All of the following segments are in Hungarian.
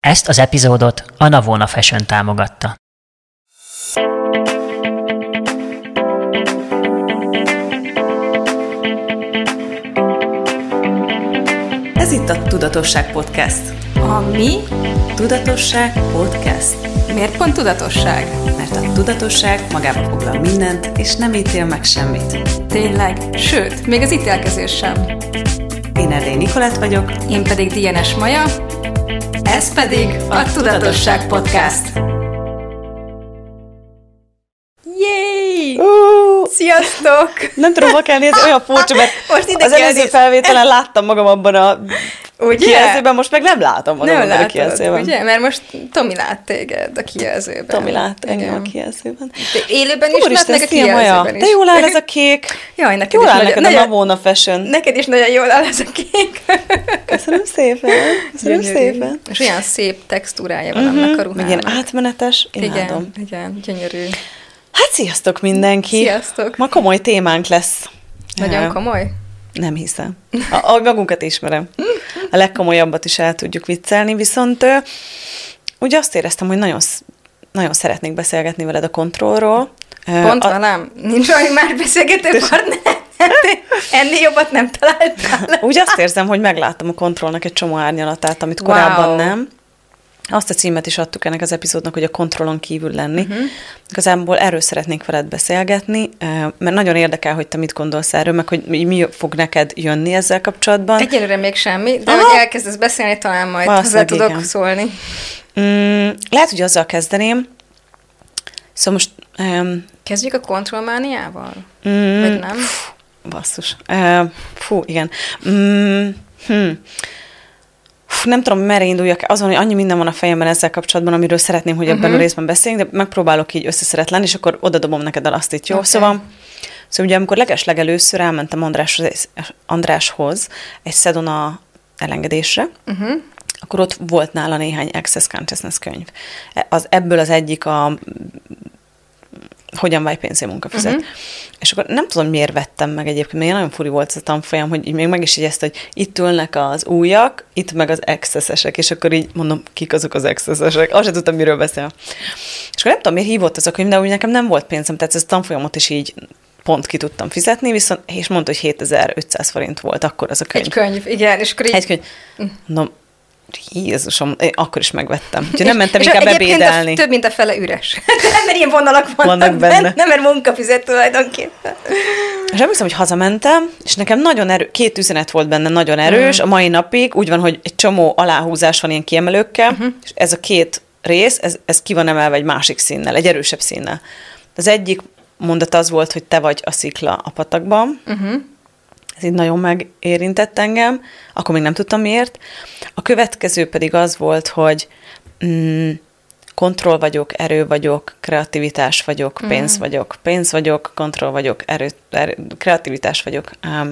Ezt az epizódot a Navona Fashion támogatta. Ez itt a Tudatosság Podcast. A mi? Tudatosság Podcast. Miért pont tudatosság? Mert a tudatosság magába foglal mindent, és nem ítél meg semmit. Tényleg? Sőt, még az ítélkezés sem. Én Erdély Nikolett vagyok. Én pedig DNS Maja. Ez pedig a Tudatosság Podcast. Jéj! Sziasztok! Nem tudom, kell nézni, olyan furcsa, mert az előző felvételen láttam magam abban a kijelzőben, most meg nem látom magam abban a kijelzőben. Ugye? Mert most Tomi lát téged a kijelzőben. Tomi lát engem a kijelzőben. De élőben is lát meg a kijelzőben is. De jól áll ez a kék. Jaj, neked jól is áll neked a Navona Fashion. Neked is nagyon jól áll ez a kék. Köszönöm szépen. Köszönöm szépen. És olyan szép textúrája van annak a ruhának. Ilyen átmenetes, imádom. Igen, gyönyörű. Hát sziasztok mindenki! Sziasztok! Ma komoly témánk lesz. Nagyon komoly? Nem hiszem. Magunkat ismerem. A legkomolyabbat is el tudjuk viccelni, viszont úgy azt éreztem, hogy nagyon szeretnék beszélgetni veled a kontrollról. Pont velem? Nincs olyan más beszélgető partner? Ennél jobbat nem találtál. Úgy azt érzem, hogy megláttam a kontrollnak egy csomó árnyalatát, amit korábban nem. Azt a címet is adtuk ennek az epizódnak, hogy a kontrollon kívül lenni. Igazából erről szeretnék veled beszélgetni, mert nagyon érdekel, hogy te mit gondolsz erről, meg hogy mi fog neked jönni ezzel kapcsolatban. Egyelőre még semmi, de hogy elkezdesz beszélni, talán majd hozzá tudok szólni. Lehet, hogy azzal kezdeném. Szóval most... Kezdjük a kontrollmániával? Vagy nem? Basszus. Igen. Nem tudom, merre induljak azon, hogy annyi minden van a fejemben ezzel kapcsolatban, amiről szeretném, hogy ebben a részben beszéljünk, de megpróbálok így összeszedett lenni, és akkor odadobom neked a lasztit, jó? Okay. Szóval ugye amikor legelőször elmentem Andráshoz egy Sedona elengedésre, akkor ott volt nála néhány Access Consciousness könyv. Ebből az egyik a Hogyan válj pénzé munkafizet. És akkor nem tudom, miért vettem meg egyébként, mert nagyon furi volt ez a tanfolyam, hogy még meg is jegyezte, hogy itt ülnek az újak, itt meg az accessesek, és akkor így mondom, kik azok az accessesek. Azt sem tudtam, miről beszél. És akkor nem tudom, miért hívott ez a könyv, de úgy nekem nem volt pénzem, tehát ez a tanfolyamot is így pont ki tudtam fizetni, viszont, és mondta, hogy 7500 forint volt akkor az a könyv. Egy könyv, igen. És akkor így... Egy könyv. Mondom, Jézusom, akkor is megvettem. Úgyhogy nem mentem inkább ebédelni. Több mint a fele üres. Mert ilyen vonalak vannak benne. Nem, mert munkafizet tulajdonképpen. És emlékszem, hogy hazamentem, és nekem nagyon két üzenet volt benne nagyon erős, a mai napig úgy van, hogy egy csomó aláhúzás van ilyen kiemelőkkel, és ez a két rész, ez ki van emelve egy másik színnel, egy erősebb színnel. Az egyik mondat az volt, hogy te vagy a szikla a patakban, ez így nagyon megérintett engem, akkor még nem tudtam miért. A következő pedig az volt, hogy kontroll vagyok, erő vagyok, kreativitás vagyok, pénz vagyok, kontroll vagyok, kreativitás vagyok.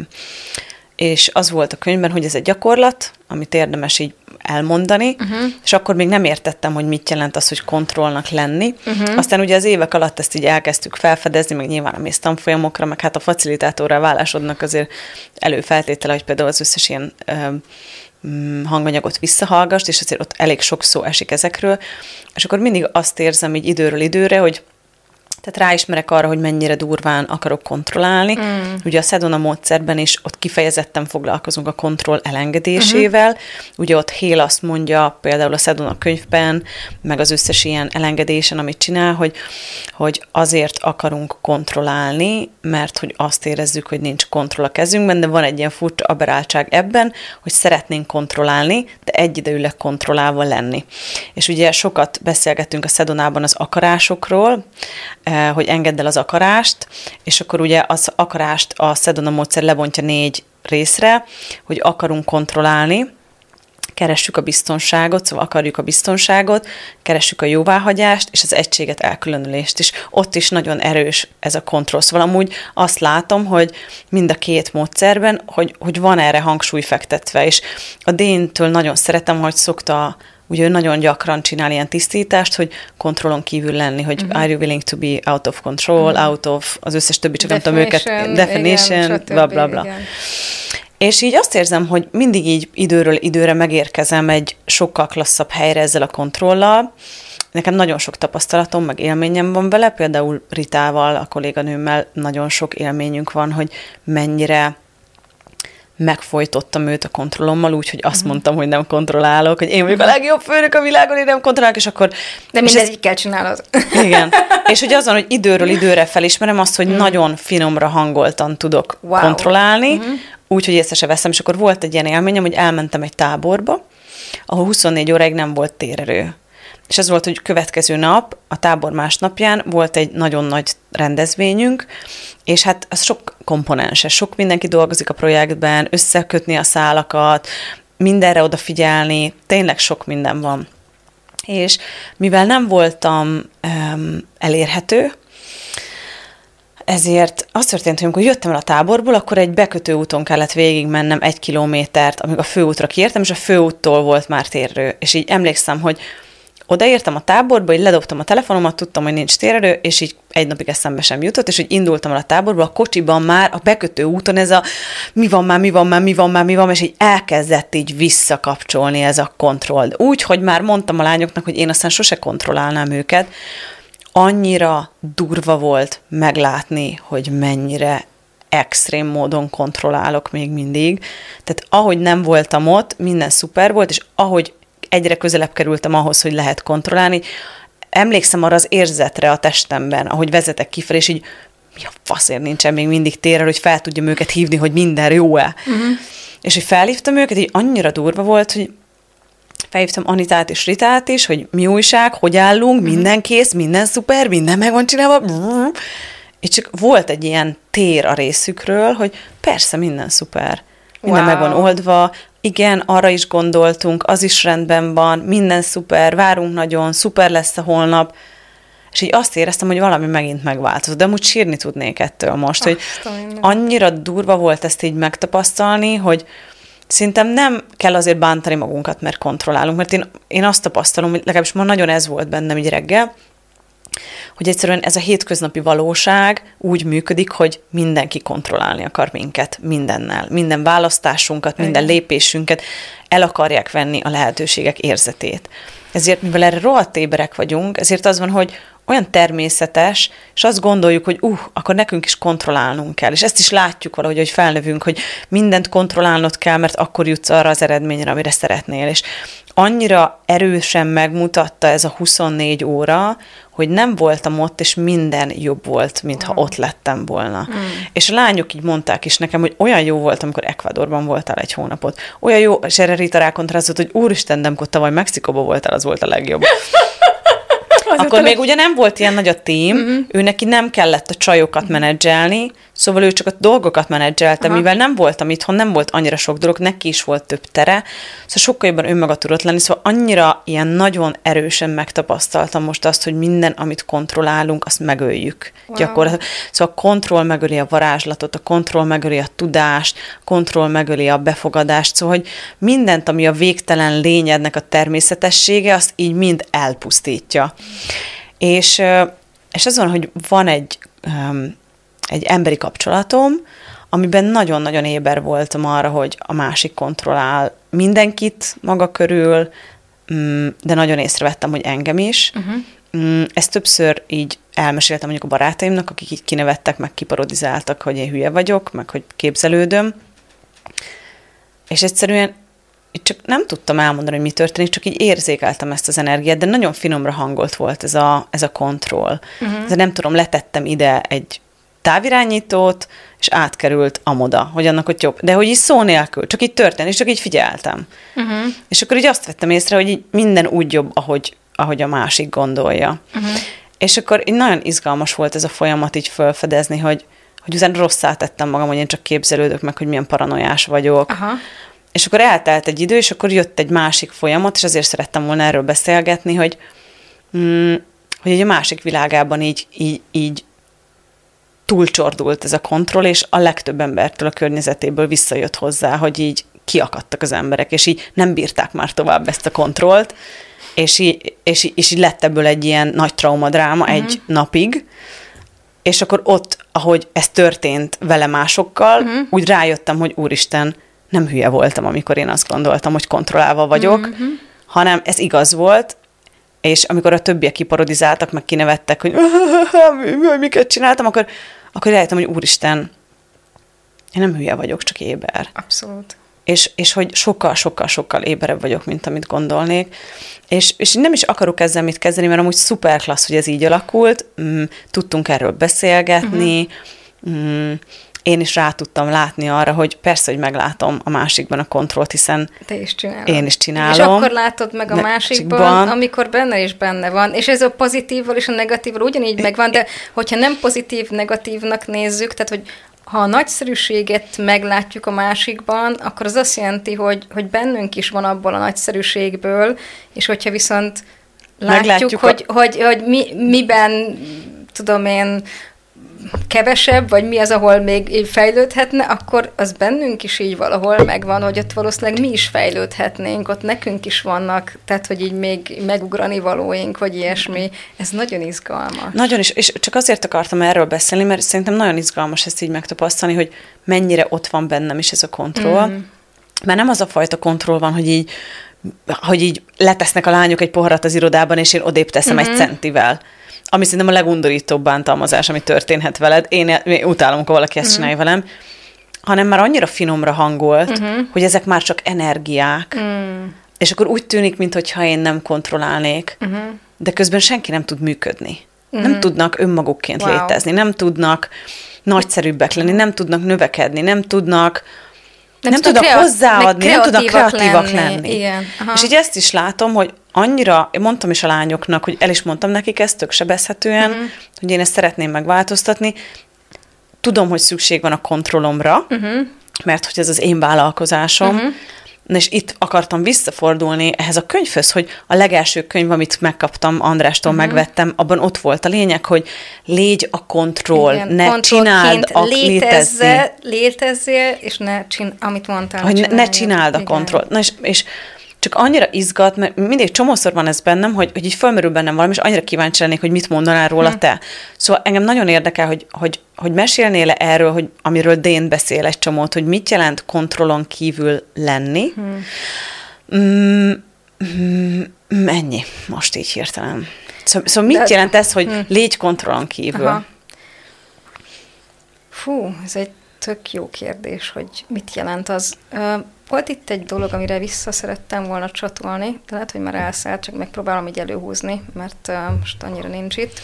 És az volt a könyvben, hogy ez egy gyakorlat, amit érdemes így elmondani, és akkor még nem értettem, hogy mit jelent az, hogy kontrollnak lenni. Aztán ugye az évek alatt ezt így elkezdtük felfedezni, meg nyilván a mész tanfolyamokra, meg hát a facilitátorrá válásodnak azért előfeltétele, hogy például az összes ilyen hanganyagot visszahallgass, és azért ott elég sok szó esik ezekről, és akkor mindig azt érzem így időről időre, hogy tehát ráismerek arra, hogy mennyire durván akarok kontrollálni. Ugye a Sedona módszerben is ott kifejezetten foglalkozunk a kontroll elengedésével. Ugye ott Hale azt mondja, például a Sedona könyvben, meg az összes ilyen elengedésen, amit csinál, hogy azért akarunk kontrollálni, mert hogy azt érezzük, hogy nincs kontroll a kezünkben, de van egy ilyen furcsa aberráltság ebben, hogy szeretnénk kontrollálni, de egyidejűleg kontrollálva lenni. És ugye sokat beszélgettünk a Sedonában az akarásokról, hogy engedd el az akarást, és akkor ugye az akarást a Sedona módszer lebontja 4 részre, hogy akarunk kontrollálni, keressük a biztonságot, szóval akarjuk a biztonságot, keressük a jóváhagyást, és az egységet, elkülönülést is. Ott is nagyon erős ez a kontroll. Szóval amúgy azt látom, hogy mind a két módszerben, hogy van erre hangsúly fektetve, és a Dane-től nagyon szeretem, hogy szokta ugye ő nagyon gyakran csinál ilyen tisztítást, hogy kontrollon kívül lenni, hogy are you willing to be out of control, out of, az összes többi, csak nem tudom őket, definition, bla bla bla. És így azt érzem, hogy mindig így időről időre megérkezem egy sokkal klasszabb helyre ezzel a kontrollal. Nekem nagyon sok tapasztalatom, meg élményem van vele, például Ritával, a kolléganőmmel nagyon sok élményünk van, hogy mennyire megfojtottam őt a kontrollommal, úgyhogy azt mondtam, hogy nem kontrollálok, hogy én vagyok a legjobb főnök a világon, én nem kontrollálok, és akkor... De mindegyikkel csinálod. Igen. És hogy azon, hogy időről időre felismerem azt, hogy nagyon finomra hangoltan tudok kontrollálni, úgyhogy észre se veszem, és akkor volt egy ilyen élményem, hogy elmentem egy táborba, ahol 24 óráig nem volt térerő. És az volt, hogy következő nap, a tábor másnapján volt egy nagyon nagy rendezvényünk, és hát az sok komponenses, sok mindenki dolgozik a projektben, összekötni a szálakat, mindenre odafigyelni, tényleg sok minden van. És mivel nem voltam elérhető, ezért az történt, hogy amikor jöttem el a táborból, akkor egy bekötő úton kellett végigmennem 1 kilométert, amíg a főútra kiértem, és a főúttól volt már térerő. És így emlékszem, hogy odaértem a táborba, így ledobtam a telefonomat, tudtam, hogy nincs térerő, és így egy napig eszembe sem jutott, és így indultam el a táborba, a kocsiban már, a bekötő úton ez a mi van, és így elkezdett így visszakapcsolni ez a kontroll. Úgy, hogy már mondtam a lányoknak, hogy én aztán sose kontrollálnám őket, annyira durva volt meglátni, hogy mennyire extrém módon kontrollálok még mindig. Tehát ahogy nem voltam ott, minden szuper volt, és ahogy egyre közelebb kerültem ahhoz, hogy lehet kontrollálni, emlékszem arra az érzetre a testemben, ahogy vezetek kifelé, és így mi a faszért nincsen még mindig térrel, hogy fel tudjam őket hívni, hogy minden jó-e. És hogy felhívtam őket, így annyira durva volt, hogy felhívtam Anitát és Ritát is, hogy mi újság, hogy állunk, minden kész, minden szuper, minden meg van csinálva. És csak volt egy ilyen tér a részükről, hogy persze minden szuper, minden meg van oldva, igen, arra is gondoltunk, az is rendben van, minden szuper, várunk nagyon, szuper lesz a holnap. És így azt éreztem, hogy valami megint megváltozott, de amúgy sírni tudnék ettől most, hogy annyira durva volt ezt így megtapasztalni, hogy szerintem nem kell azért bántani magunkat, mert kontrollálunk, mert én azt tapasztalom, hogy legalábbis ma nagyon ez volt bennem így reggel, hogy egyszerűen ez a hétköznapi valóság úgy működik, hogy mindenki kontrollálni akar minket mindennel. Minden választásunkat, minden lépésünket el akarják venni a lehetőségek érzetét. Ezért, mivel erre rohadt éberek vagyunk, ezért az van, hogy olyan természetes, és azt gondoljuk, hogy akkor nekünk is kontrollálnunk kell. És ezt is látjuk valahogy, hogy felnövünk, hogy mindent kontrollálnod kell, mert akkor jutsz arra az eredményre, amire szeretnél. És annyira erősen megmutatta ez a 24 óra, hogy nem voltam ott, és minden jobb volt, mintha ott lettem volna. És a lányok így mondták is nekem, hogy olyan jó volt, amikor Ecuadorban voltál 1 hónapot. Olyan jó, és erre Rita rákontrázott, hogy úristen, de amikor tavaly Mexikóban voltál, az volt a legjobb. Akkor még ugye nem volt ilyen nagy a tím, ő neki nem kellett a csajokat menedzselni, szóval ő csak a dolgokat menedzselte, mivel nem voltam itthon, nem volt annyira sok dolog, neki is volt több tere, szóval sokkal jobban önmaga tudott lenni, szóval annyira ilyen nagyon erősen megtapasztaltam most azt, hogy minden, amit kontrollálunk, azt megöljük. Gyakorlatilag. Szóval a kontroll megöli a varázslatot, a kontroll megöli a tudást, a kontroll megöli a befogadást, szóval hogy mindent, ami a végtelen lényednek a természetessége, azt így mind elpusztítja. És az van, hogy van egy emberi kapcsolatom, amiben nagyon-nagyon éber voltam arra, hogy a másik kontrollál mindenkit maga körül, de nagyon észrevettem, hogy engem is. Ezt többször így elmeséltem mondjuk a barátaimnak, akik így kinevettek, meg kiparodizáltak, hogy én hülye vagyok, meg hogy képzelődöm. És egyszerűen így csak nem tudtam elmondani, hogy mi történik, csak így érzékeltem ezt az energiát, de nagyon finomra hangolt volt ez a kontroll. De nem tudom, letettem ide egy távirányítót, és átkerült amoda, hogy annak ott jobb. De hogy így szó nélkül, csak így történt, és csak így figyeltem. És akkor így azt vettem észre, hogy így minden úgy jobb, ahogy a másik gondolja. És akkor így nagyon izgalmas volt ez a folyamat így felfedezni, hogy utána rosszá tettem magam, hogy én csak képzelődök meg, hogy milyen paranoiás vagyok. És akkor eltelt egy idő, és akkor jött egy másik folyamat, és azért szerettem volna erről beszélgetni, hogy egy másik világában így túlcsordult ez a kontroll, és a legtöbb embertől a környezetéből visszajött hozzá, hogy így kiakadtak az emberek, és így nem bírták már tovább ezt a kontrollt, és így lett ebből egy ilyen nagy traumadráma egy napig, és akkor ott, ahogy ez történt vele másokkal, úgy rájöttem, hogy úristen, nem hülye voltam, amikor én azt gondoltam, hogy kontrollálva vagyok, hanem ez igaz volt, és amikor a többiek kiparodizáltak, meg kinevettek, hogy miket csináltam, akkor rájöttem, hogy úristen, én nem hülye vagyok, csak éber. Abszolút. És hogy sokkal éberebb vagyok, mint amit gondolnék. És nem is akarok ezzel mit kezdeni, mert amúgy szuper klassz, hogy ez így alakult. Tudtunk erről beszélgetni. Én is rá tudtam látni arra, hogy persze, hogy meglátom a másikban a kontrollt, hiszen te is csinálod. Én is csinálom. És akkor látod meg a másikban, amikor benne van. És ez a pozitívval és a negatívval ugyanígy megvan, de hogyha nem pozitív, negatívnak nézzük, tehát hogy ha a nagyszerűséget meglátjuk a másikban, akkor az azt jelenti, hogy bennünk is van abból a nagyszerűségből, és hogyha viszont látjuk, hogy miben, tudom én, kevesebb, vagy mi az, ahol még fejlődhetne, akkor az bennünk is így valahol megvan, hogy ott valószínűleg mi is fejlődhetnénk, ott nekünk is vannak, tehát, hogy így még megugrani valóink, vagy ilyesmi. Ez nagyon izgalmas. Nagyon is, és csak azért akartam erről beszélni, mert szerintem nagyon izgalmas ezt így megtapasztalni, hogy mennyire ott van bennem is ez a kontroll. Mert nem az a fajta kontroll van, hogy így letesznek a lányok egy poharat az irodában, és én odébb teszem egy centivel. Ami szerintem a legundorítóbb bántalmazás, ami történhet veled. Én utálom, amikor valaki ezt csinálja velem. Hanem már annyira finomra hangolt, hogy ezek már csak energiák. És akkor úgy tűnik, mintha én nem kontrollálnék. De közben senki nem tud működni. Nem tudnak önmagukként létezni. Nem tudnak nagyszerűbbek lenni. Nem tudnak növekedni. Nem tudnak hozzáadni. Nem tudnak kreatívak lenni. Igen. És így ezt is látom, hogy annyira, én mondtam is a lányoknak, hogy el is mondtam nekik ezt tök sebezhetően, hogy én ezt szeretném megváltoztatni. Tudom, hogy szükség van a kontrollomra, mert hogy ez az én vállalkozásom, és itt akartam visszafordulni ehhez a könyvhöz, hogy a legelső könyv, amit megkaptam, Andrástól megvettem, abban ott volt a lényeg, hogy légy a kontroll, ne csináld létezzél, és amit mondtál, hogy ne csináld a kontroll. Na és csak annyira izgat, mert mindig csomószor van ez bennem, hogy így fölmerül bennem valami, és annyira kíváncsi lennék, hogy mit mondanál róla te. Szóval engem nagyon érdekel, hogy mesélnél-e erről, amiről Dane beszél egy csomót, hogy mit jelent kontrollon kívül lenni. Ennyi, most így hirtelen. Szóval mit jelent ez, hogy légy kontrollon kívül? Aha. Fú, ez egy tök jó kérdés, hogy mit jelent az. Volt itt egy dolog, amire vissza szerettem volna csatolni, de lehet, hogy már elszállt, csak megpróbálom így előhúzni, mert most annyira nincs itt.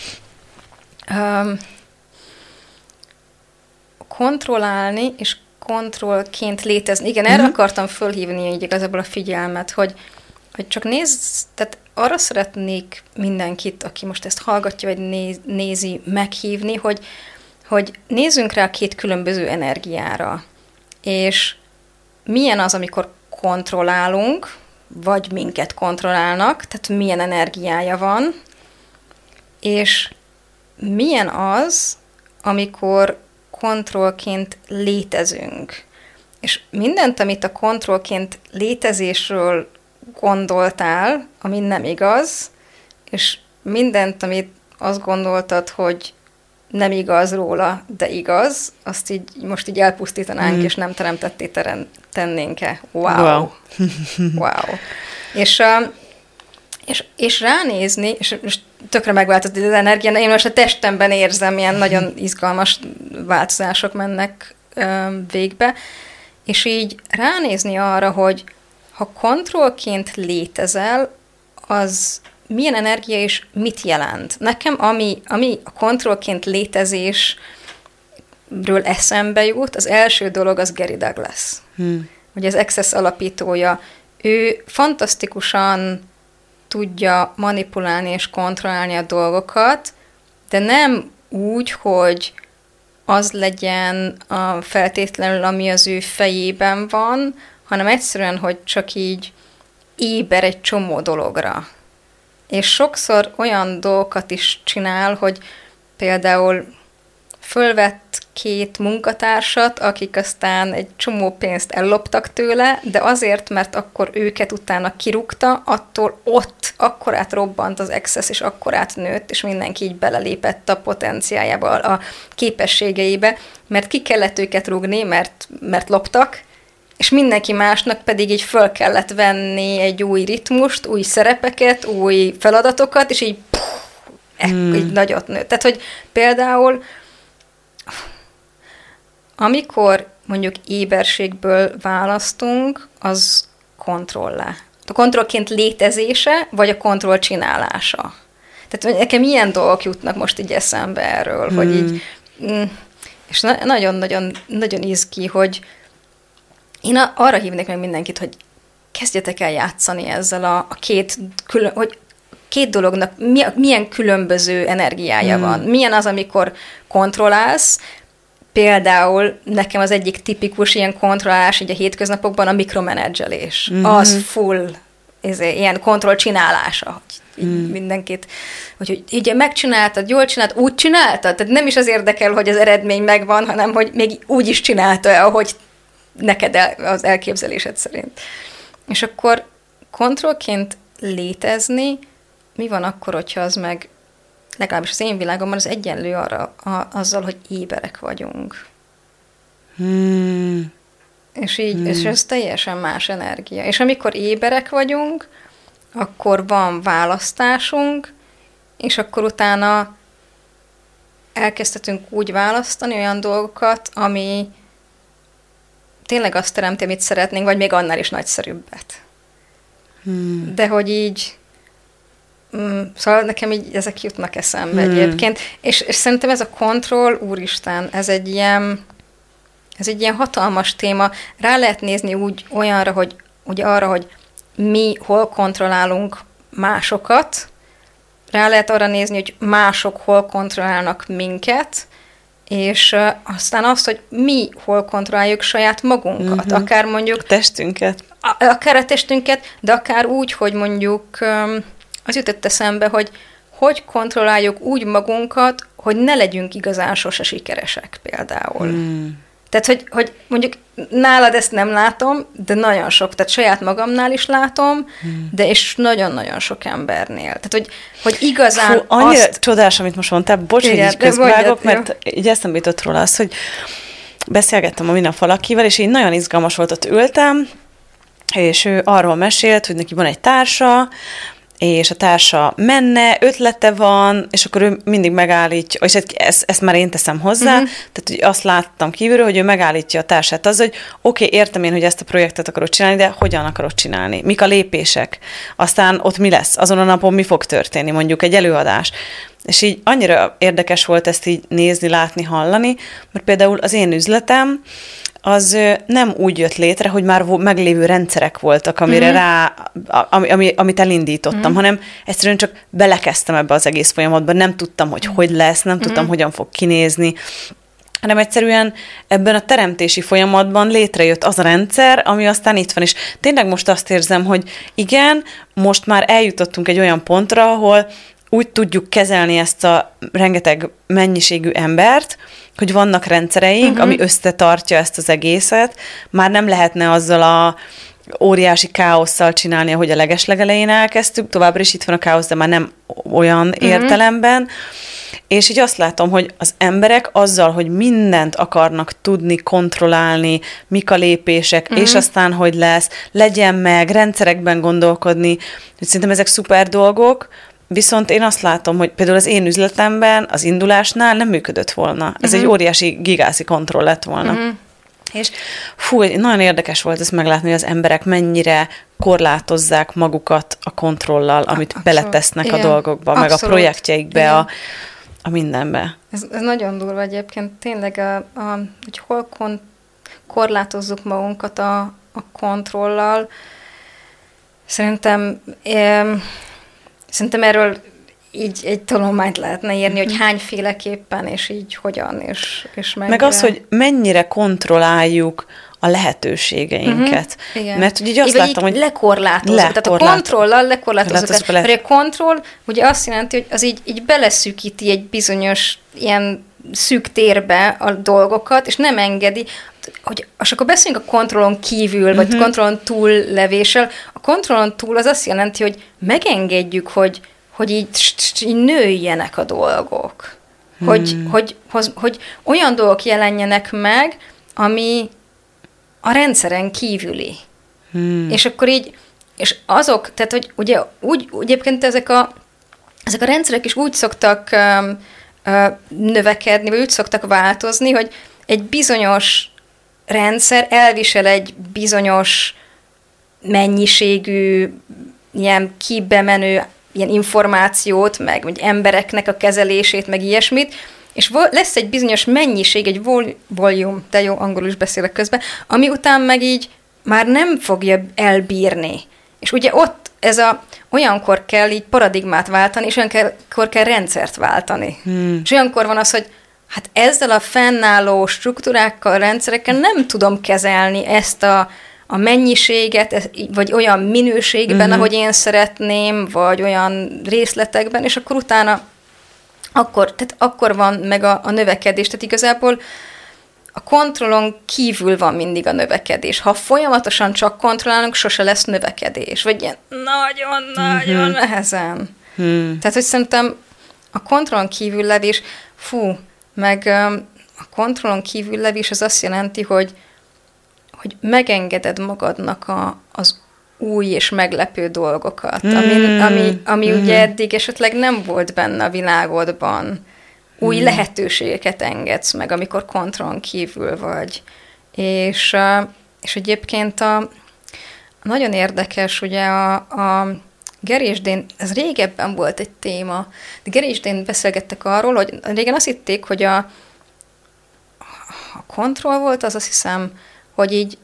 Kontrollálni és kontrollként létezni. Igen, erre akartam fölhívni így igazából a figyelmet, hogy csak nézd, tehát arra szeretnék mindenkit, aki most ezt hallgatja, vagy nézi, meghívni, hogy nézzünk rá a két különböző energiára, és milyen az, amikor kontrollálunk, vagy minket kontrollálnak, tehát milyen energiája van, és milyen az, amikor kontrollként létezünk. És mindent, amit a kontrollként létezésről gondoltál, ami nem igaz, és mindent, amit azt gondoltad, hogy nem igaz róla, de igaz, azt így most így elpusztítanánk, és nem teremtetté tennénk-e. Wow. És ránézni, és most tökre megváltozott az energia, én most a testemben érzem, ilyen nagyon izgalmas változások mennek végbe, és így ránézni arra, hogy ha kontrollként létezel, az milyen energia és mit jelent. Nekem, ami a kontrollként létezésről eszembe jut, az első dolog az Gary Douglas. Ugye az Access alapítója. Ő fantasztikusan tudja manipulálni és kontrollálni a dolgokat, de nem úgy, hogy az legyen feltétlenül, ami az ő fejében van, hanem egyszerűen, hogy csak így éber egy csomó dologra. És sokszor olyan dolgokat is csinál, hogy például fölvett 2 munkatársat, akik aztán egy csomó pénzt elloptak tőle, de azért, mert akkor őket utána kirúgta, attól ott akkorát robbant az Access, és akkorát nőtt, és mindenki így belelépett a potenciájába, a képességeibe, mert ki kellett őket rúgni, mert loptak, és mindenki másnak pedig így föl kellett venni egy új ritmust, új szerepeket, új feladatokat, és így, így nagyot nőtt. Tehát, hogy például amikor mondjuk éberségből választunk, az kontroll-e. A kontrollként létezése, vagy a kontroll csinálása. Tehát nekem ilyen dolgok jutnak most így eszembe erről, hogy így, és nagyon-nagyon izgi, hogy én arra hívnék meg mindenkit, hogy kezdjetek el játszani ezzel a két dolognak milyen különböző energiája van. Milyen az, amikor kontrollálsz, például nekem az egyik tipikus ilyen kontrollálás így a hétköznapokban a mikromenedzselés. Az full ilyen kontroll csinálása, hogy mindenkit, hogy ugye megcsináltad, jól csináltad, úgy csináltad, tehát nem is az érdekel, hogy az eredmény megvan, hanem hogy még úgy is csinálta, ahogy neked az elképzelésed szerint. És akkor kontrollként létezni, mi van akkor, hogyha az meg, legalábbis az én világomban az egyenlő azzal, hogy éberek vagyunk. És így, és ez teljesen más energia. És amikor éberek vagyunk, akkor van választásunk, és akkor utána elkezdhetünk úgy választani olyan dolgokat, ami tényleg azt teremti, amit szeretnénk, vagy még annál is nagyszerűbbet. De hogy így, szóval nekem így ezek jutnak eszembe egyébként, és szerintem ez a kontroll, úristen, ez egy ilyen hatalmas téma. Rá lehet nézni úgy olyanra, hogy ugye arra, hogy mi hol kontrollálunk másokat, rá lehet arra nézni, hogy mások hol kontrollálnak minket, és aztán azt, hogy mi hol kontrolláljuk saját magunkat, akár mondjuk... A testünket. Akár a testünket, de akár úgy, hogy mondjuk az jutott eszembe, hogy kontrolláljuk úgy magunkat, hogy ne legyünk igazán sose sikeresek például. Tehát, hogy mondjuk nálad ezt nem látom, de nagyon sok, tehát saját magamnál is látom, de és nagyon-nagyon sok embernél. Tehát, hogy igazán annyira csodás, amit most mondtál, bocs, hogy így közbevágok, mert így eszembe jutott róla az, hogy beszélgettem a minap valakivel, és így nagyon izgalmas volt, ott ültem, és ő arról mesélt, hogy neki van egy társa, és a társa menne, ötlete van, és akkor ő mindig megállítja, és ezt már én teszem hozzá, tehát hogy azt láttam kívülről, hogy ő megállítja a társát az, hogy oké, értem én, hogy ezt a projektet akarod csinálni, de hogyan akarod csinálni? Mik a lépések? Aztán ott mi lesz? Azon a napon mi fog történni? Mondjuk egy előadás. És így annyira érdekes volt ezt így nézni, látni, hallani, mert például az én üzletem, az nem úgy jött létre, hogy már meglévő rendszerek voltak, amire amit elindítottam, hanem egyszerűen csak belekezdtem ebbe az egész folyamatba, nem tudtam, hogy lesz, nem tudtam, hogyan fog kinézni, hanem egyszerűen ebben a teremtési folyamatban létrejött az a rendszer, ami aztán itt van. És tényleg most azt érzem, hogy igen, most már eljutottunk egy olyan pontra, ahol úgy tudjuk kezelni ezt a rengeteg mennyiségű embert, hogy vannak rendszereink, ami összetartja ezt az egészet. Már nem lehetne azzal a óriási káosszal csinálni, ahogy a legeslegelején elkezdtük. Továbbra is itt van a káosz, de már nem olyan értelemben. És így azt látom, hogy az emberek azzal, hogy mindent akarnak tudni, kontrollálni, mik a lépések, és aztán hogy lesz, legyen meg, rendszerekben gondolkodni, hogy szerintem ezek szuper dolgok, viszont én azt látom, hogy például az én üzletemben az indulásnál nem működött volna. Ez egy óriási, gigászi kontroll lett volna. És nagyon érdekes volt ezt meglátni, hogy az emberek mennyire korlátozzák magukat a kontrollal, amit beletesznek a dolgokba, meg a projektjeikbe, a mindenbe. Ez nagyon durva egyébként. Tényleg, hogy hol korlátozzuk magunkat a kontrollal. Szerintem erről így egy tanulmányt lehetne írni, hogy hányféleképpen, és így hogyan, és meg az, hogy mennyire kontrolláljuk a lehetőségeinket. Mert ugye azt láttam, hogy lekorlátozunk. Tehát a kontrollal lekorlátozunk. Mert a kontroll ugye azt jelenti, hogy az így beleszűkíti egy bizonyos ilyen szűk térbe a dolgokat, és nem engedi, és akkor beszéljünk a kontrollon kívül, vagy kontrollon túl levéssel. A kontrollon túl az azt jelenti, hogy megengedjük, hogy így nőjenek a dolgok. Hogy olyan dolgok jelenjenek meg, a rendszeren kívüli. És akkor így, és azok, tehát hogy ugye úgy egyébként ezek a rendszerek is úgy szoktak növekedni, vagy úgy szoktak változni, hogy egy bizonyos rendszer elvisel egy bizonyos mennyiségű ilyen kibemenő ilyen információt, meg embereknek a kezelését, meg ilyesmit, és lesz egy bizonyos mennyiség, egy volume, de jó, angolul is beszélek közben, ami után meg így már nem fogja elbírni. És ugye ott olyankor kell így paradigmát váltani, és olyankor kell rendszert váltani. És olyankor van az, hogy hát ezzel a fennálló struktúrákkal, rendszerekkel nem tudom kezelni ezt a mennyiséget, vagy olyan minőségben, ahogy én szeretném, vagy olyan részletekben, és akkor utána akkor van meg a növekedés. Tehát igazából a kontrollon kívül van mindig a növekedés. Ha folyamatosan csak kontrollálunk, sose lesz növekedés. Vagy ilyen nagyon-nagyon nehezen. Tehát, hogy szerintem a kontrollon kívül levés, meg a kontrollon kívül levés az azt jelenti, hogy megengeded magadnak az új és meglepő dolgokat, ami ugye eddig esetleg nem volt benne a világodban. Új lehetőségeket engedsz meg, amikor kontrollon kívül vagy. És egyébként nagyon érdekes, ugye a Gary és Dane, ez régebben volt egy téma, de Gary és Dane beszélgettek arról, hogy régen azt hitték, hogy a kontroll volt, az azt hiszem, hogy így,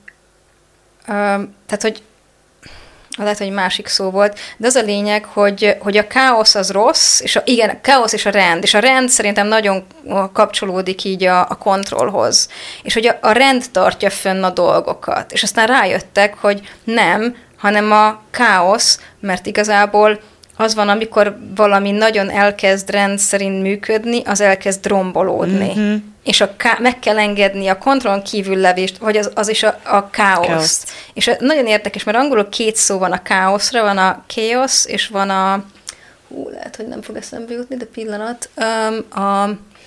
tehát, hogy lehet, hogy másik szó volt, de az a lényeg, hogy a káosz az rossz, és a káosz és a rend szerintem nagyon kapcsolódik így a kontrollhoz. És hogy a rend tartja fönn a dolgokat. És aztán rájöttek, hogy nem, hanem a káosz, mert igazából az van, amikor valami nagyon elkezd rend szerint működni, az elkezd rombolódni. És meg kell engedni a kontrollon kívül levést, vagy az is a káoszt. És nagyon érdekes, mert angolul 2 szó van a káoszra, van a chaos, és van lehet, hogy nem fog eszembe jutni, de pillanat, a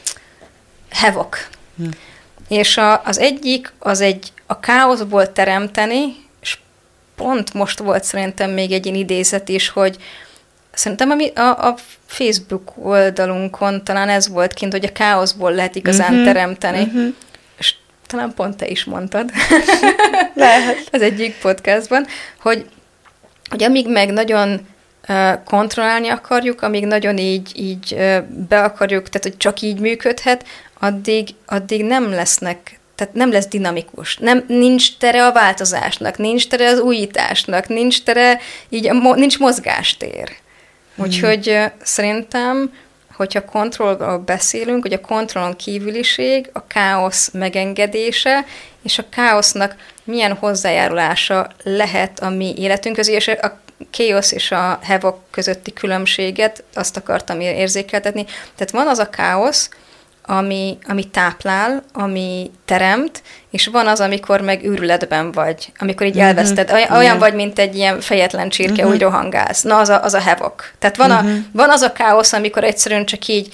havoc. És az egyik, a káoszból teremteni, és pont most volt szerintem még egy ilyen idézet is, hogy szerintem a Facebook oldalunkon talán ez volt kint, hogy a káoszból lehet igazán teremteni. És talán pont te is mondtad. Lehet. Az egyik podcastban, hogy amíg meg nagyon kontrollálni akarjuk, amíg nagyon így be akarjuk, tehát hogy csak így működhet, addig nem lesznek, tehát nem lesz dinamikus. Nincs tere a változásnak, nincs tere az újításnak, nincs tere, nincs mozgástér. Úgyhogy szerintem, hogyha kontrollról beszélünk, hogy a kontrollon kívüliség, a káosz megengedése, és a káosznak milyen hozzájárulása lehet a mi életünkhöz, és a chaos és a havoc közötti különbséget, azt akartam érzékeltetni. Tehát van az a káosz, ami táplál, ami teremt, és van az, amikor meg őrületben vagy, amikor így elveszted. Olyan vagy, mint egy ilyen fejetlen csirke, úgy rohangálsz. Na, az a havoc. Tehát van az a káosz, amikor egyszerűen csak így,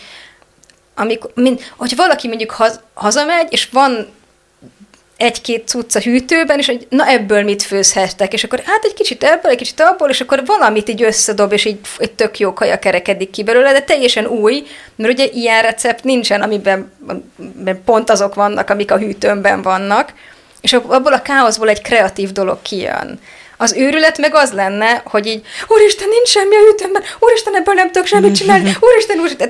hogy valaki mondjuk hazamegy, és van 1-2 cucc a hűtőben, és hogy na ebből mit főzhettek, és akkor hát egy kicsit ebből, egy kicsit abból, és akkor valamit így összedob, és így egy tök jó kaja kerekedik ki belőle, de teljesen új, mert ugye ilyen recept nincsen, amiben pont azok vannak, amik a hűtőmben vannak, és abból a káoszból egy kreatív dolog kijön. Az őrület meg az lenne, hogy így, úristen, nincs semmi a hűtőmben, úristen, ebből nem tudok semmit csinálni, úristen,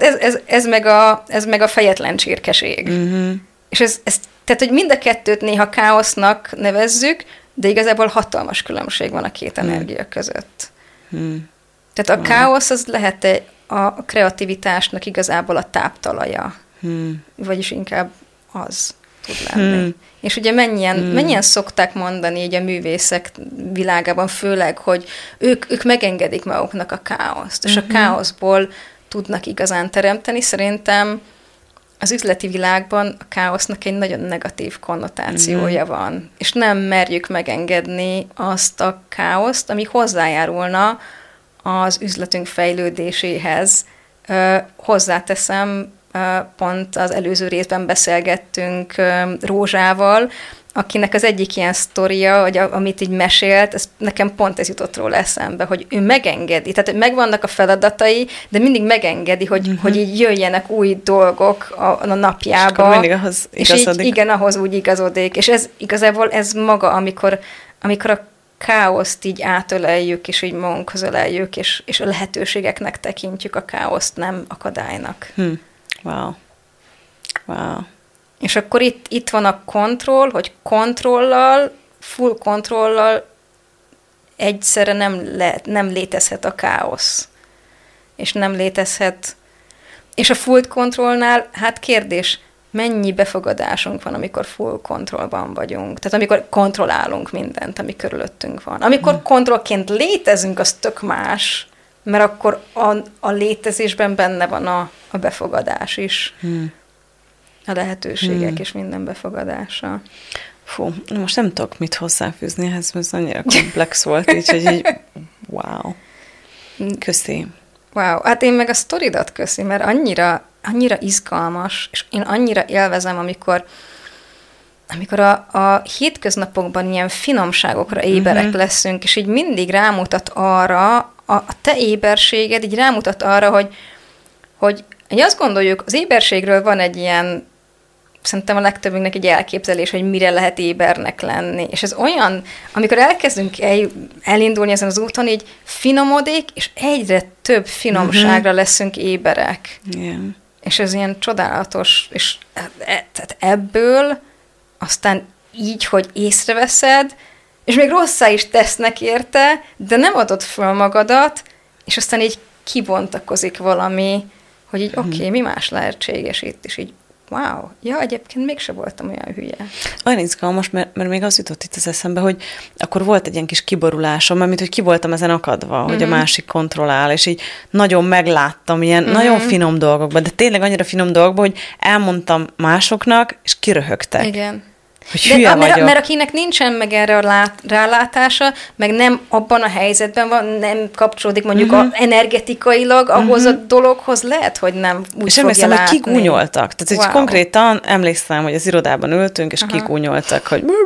ez meg a fejetlen csirkeség. És tehát, hogy mind a kettőt néha káosznak nevezzük, de igazából hatalmas különbség van a két energia között. Tehát a káosz az lehet a kreativitásnak igazából a táptalaja. Vagyis inkább az tud lenni. És ugye mennyien szokták mondani így a művészek világában, főleg, hogy ők megengedik maguknak a káoszt, és a káoszból tudnak igazán teremteni. Szerintem az üzleti világban a káosznak egy nagyon negatív konnotációja van, és nem merjük megengedni azt a káoszt, ami hozzájárulna az üzletünk fejlődéséhez. Hozzáteszem, pont az előző részben beszélgettünk Rózsával, akinek az egyik ilyen sztoria, hogy amit így mesélt, nekem pont ez jutott róla eszembe, hogy ő megengedi, tehát megvannak a feladatai, de mindig megengedi, hogy így jöjjenek új dolgok a napjába. És akkor mindig ahhoz igazodik. És így, igen, ahhoz úgy igazodik. És ez igazából ez maga, amikor a káoszt így átöleljük, és így magunkhoz öleljük, és a lehetőségeknek tekintjük a káoszt, nem akadálynak. Wow. És akkor itt van a kontroll, hogy full kontrollal egyszerre nem létezhet a káosz. És nem létezhet. És a full kontrollnál, hát kérdés, mennyi befogadásunk van, amikor full kontrollban vagyunk. Tehát amikor kontrollálunk mindent, ami körülöttünk van. Amikor kontrollként létezünk, az tök más, mert akkor a létezésben benne van a befogadás is. A lehetőségek és minden befogadása. Fú, most nem tudok mit hozzáfűzni ehhez, mert ez annyira komplex volt, így, hogy így wow. Köszi. Wow, hát én meg a sztoridat köszi, mert annyira izgalmas, és én annyira élvezem, amikor a hétköznapokban ilyen finomságokra éberek leszünk, és így mindig rámutat arra, a te éberséged így rámutat arra, hogy azt gondoljuk, az éberségről van egy ilyen, szerintem a legtöbbünknek egy elképzelés, hogy mire lehet ébernek lenni. És ez olyan, amikor elkezdünk elindulni ezen az úton, így finomodik, és egyre több finomságra leszünk éberek. Yeah. És ez ilyen csodálatos, és tehát ebből aztán így, hogy észreveszed, és még rosszá is tesznek érte, de nem adod föl magadat, és aztán így kibontakozik valami, hogy így oké, mi más lehetséges itt, és így wow, ja, egyébként mégse voltam olyan hülye. Olyan izgalmas, mert még az jutott itt az eszembe, hogy akkor volt egy ilyen kis kiborulásom, mert mint hogy ki voltam ezen akadva, hogy a másik kontrollál, és így nagyon megláttam ilyen nagyon finom dolgokban, de tényleg annyira finom dolgokban, hogy elmondtam másoknak, és kiröhögtek. Igen. Hogy hülye vagyok. Mert akinek nincsen meg erre a rálátása, meg nem abban a helyzetben van, nem kapcsolódik mondjuk energetikailag ahhoz a dologhoz, lehet, hogy nem úgy és fogja emlékszem, látni. hogy kigúnyoltak. Tehát, hogy konkrétan emlékszem, hogy az irodában ültünk, és kigúnyoltak,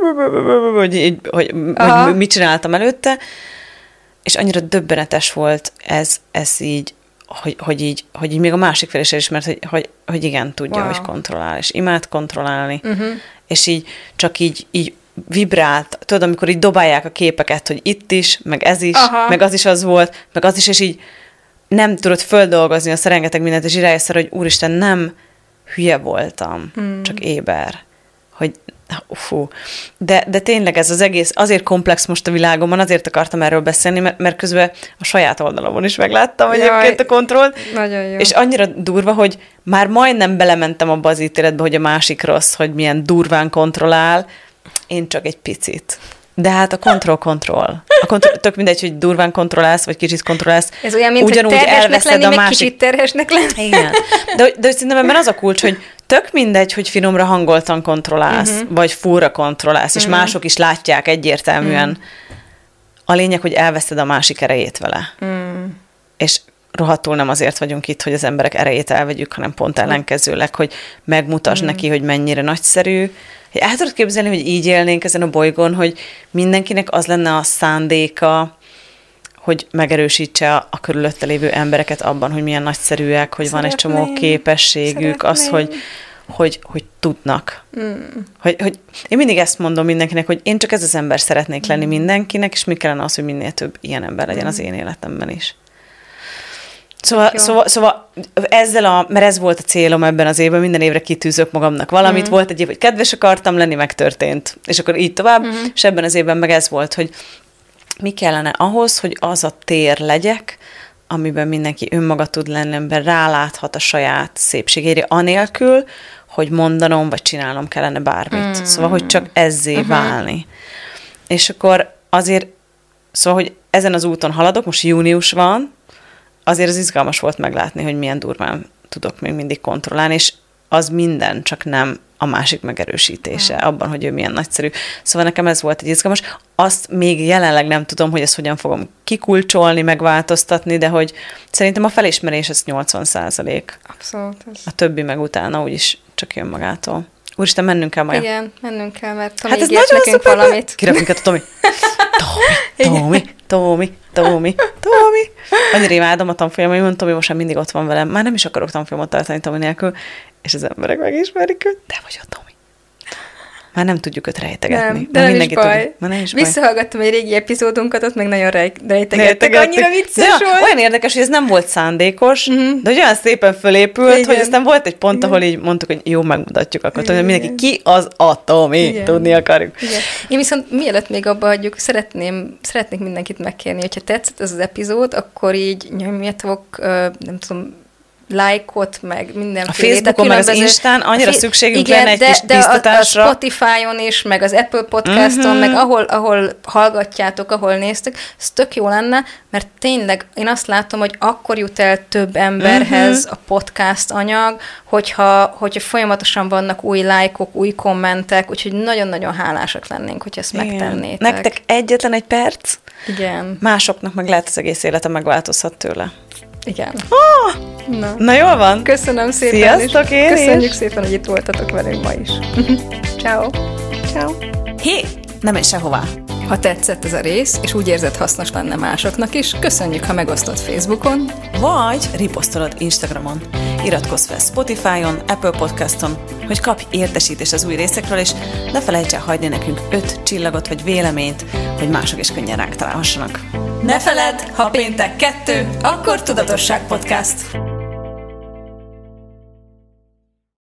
hogy mit csináltam előtte, és annyira döbbenetes volt ez így, hogy így még a másik fel is elismert, hogy igen, tudja, hogy kontrollál, és imád kontrollálni. És így csak így vibrált, tudod, amikor így dobálják a képeket, hogy itt is, meg ez is, meg az is az volt, meg az is, és így nem tudod földolgozni azt a rengeteg mindent, és így rájössz arra, hogy úristen, nem hülye voltam, csak éber. Hogy fú. De tényleg ez az egész azért komplex most a világomban, azért akartam erről beszélni, mert közben a saját oldalomon is megláttam egyébként a kontrollt. Nagyon jó. És annyira durva, hogy már majdnem belementem abba az ítéletbe, hogy a másik rossz, hogy milyen durván kontrollál, én csak egy picit. De hát a kontroll. Tök mindegy, hogy durván kontrollálsz, vagy kicsit kontrollálsz. Ez olyan, mint ugyanúgy hogy terhesnek lenni, a meg másik... kicsit terhesnek lenni. Igen. De szerintem ebben az a kulcs, hogy tök mindegy, hogy finomra hangoltan kontrollálsz, vagy fúra kontrollálsz, és mások is látják egyértelműen. A lényeg, hogy elveszed a másik erejét vele. És rohadtul nem azért vagyunk itt, hogy az emberek erejét elvegyük, hanem pont ellenkezőleg, hogy megmutasd neki, hogy mennyire nagyszerű. El tudod képzelni, hogy így élnénk ezen a bolygón, hogy mindenkinek az lenne a szándéka, hogy megerősítse a körülötte lévő embereket abban, hogy milyen nagyszerűek, hogy van egy csomó képességük, az, hogy tudnak. Hogy én mindig ezt mondom mindenkinek, hogy én csak ez az ember szeretnék lenni mindenkinek, és mi kellene az, hogy minél több ilyen ember legyen az én életemben is. Szóval ezzel mert ez volt a célom ebben az évben, minden évre kitűzök magamnak valamit, volt egy év, hogy kedves akartam lenni, megtörtént. És akkor így tovább, és ebben az évben meg ez volt, hogy mi kellene ahhoz, hogy az a tér legyek, amiben mindenki önmaga tud lenni, amiben ráláthat a saját szépségére, anélkül, hogy mondanom, vagy csinálnom kellene bármit. Szóval, hogy csak ezzé válni. És akkor azért, szóval, hogy ezen az úton haladok, most június van, azért az izgalmas volt meglátni, hogy milyen durván tudok még mindig kontrollálni, és az minden, csak nem a másik megerősítése abban, hogy ő milyen nagyszerű. Szóval nekem ez volt egy izgalmas. Azt még jelenleg nem tudom, hogy ezt hogyan fogom kikulcsolni, megváltoztatni, de hogy szerintem a felismerés az 80%. Abszolút. A többi meg utána úgyis csak jön magától. Úristen, mennünk kell, Maja. Igen, mennünk kell, mert Tomi Hát ez ígért nagyon nekünk szuper. valamit. Kirak minket a Tomi. Tomi. Annyira imádom a tanfolyamaimon, Tomi most már mindig ott van velem. Már nem is akarok tanfolyamot tartani Tomi nélkül, és az emberek megismerik őt. Te vagy a Tomi. Már nem tudjuk őt rejtegetni. Nem is baj. Baj. Visszahallgattam egy régi epizódunkat, ott meg nagyon rejtegettek. Annyira vicces volt. Olyan érdekes, hogy ez nem volt szándékos, de hogy olyan szépen fölépült, hogy aztán volt egy pont, ahol így mondtuk, hogy jó, megmutatjuk akkor, hogy mindenki ki az a Tomi, tudni akarjuk. Igen. Én viszont mielőtt még abba hagyjuk, szeretnék mindenkit megkérni, hogyha tetszett ez az epizód, akkor így nyomjatok, nem tudom, lájkot, meg mindenféle. A Facebookon, meg az Instán annyira szükségünk lenne egy kis biztatásra. A Spotify-on is, meg az Apple Podcaston, meg ahol hallgatjátok, ahol néztük, ez tök jó lenne, mert tényleg én azt látom, hogy akkor jut el több emberhez a podcast anyag, hogyha folyamatosan vannak új lájkok, új kommentek, úgyhogy nagyon-nagyon hálásak lennénk, hogy ezt megtennétek. Nektek egyetlen egy perc, igen. Másoknak meg lehet az egész élete megváltozhat tőle. Igen. Na jól van. Köszönöm szépen. Sziasztok, én köszönjük szépen, hogy itt voltatok velünk ma is. Ciao. Ciao. Hé, nem menj sehová. Ha tetszett ez a rész, és úgy érzed hasznos lenne másoknak is, köszönjük, ha megosztod Facebookon, vagy riposztolod Instagramon. Iratkozz fel Spotify-on, Apple Podcaston, hogy kapj értesítést az új részekről, és ne felejts el hagyni nekünk 5 csillagot vagy véleményt, hogy mások is könnyen ránk találhassanak. Ne feledd, ha péntek 2, akkor Tudatosság Podcast.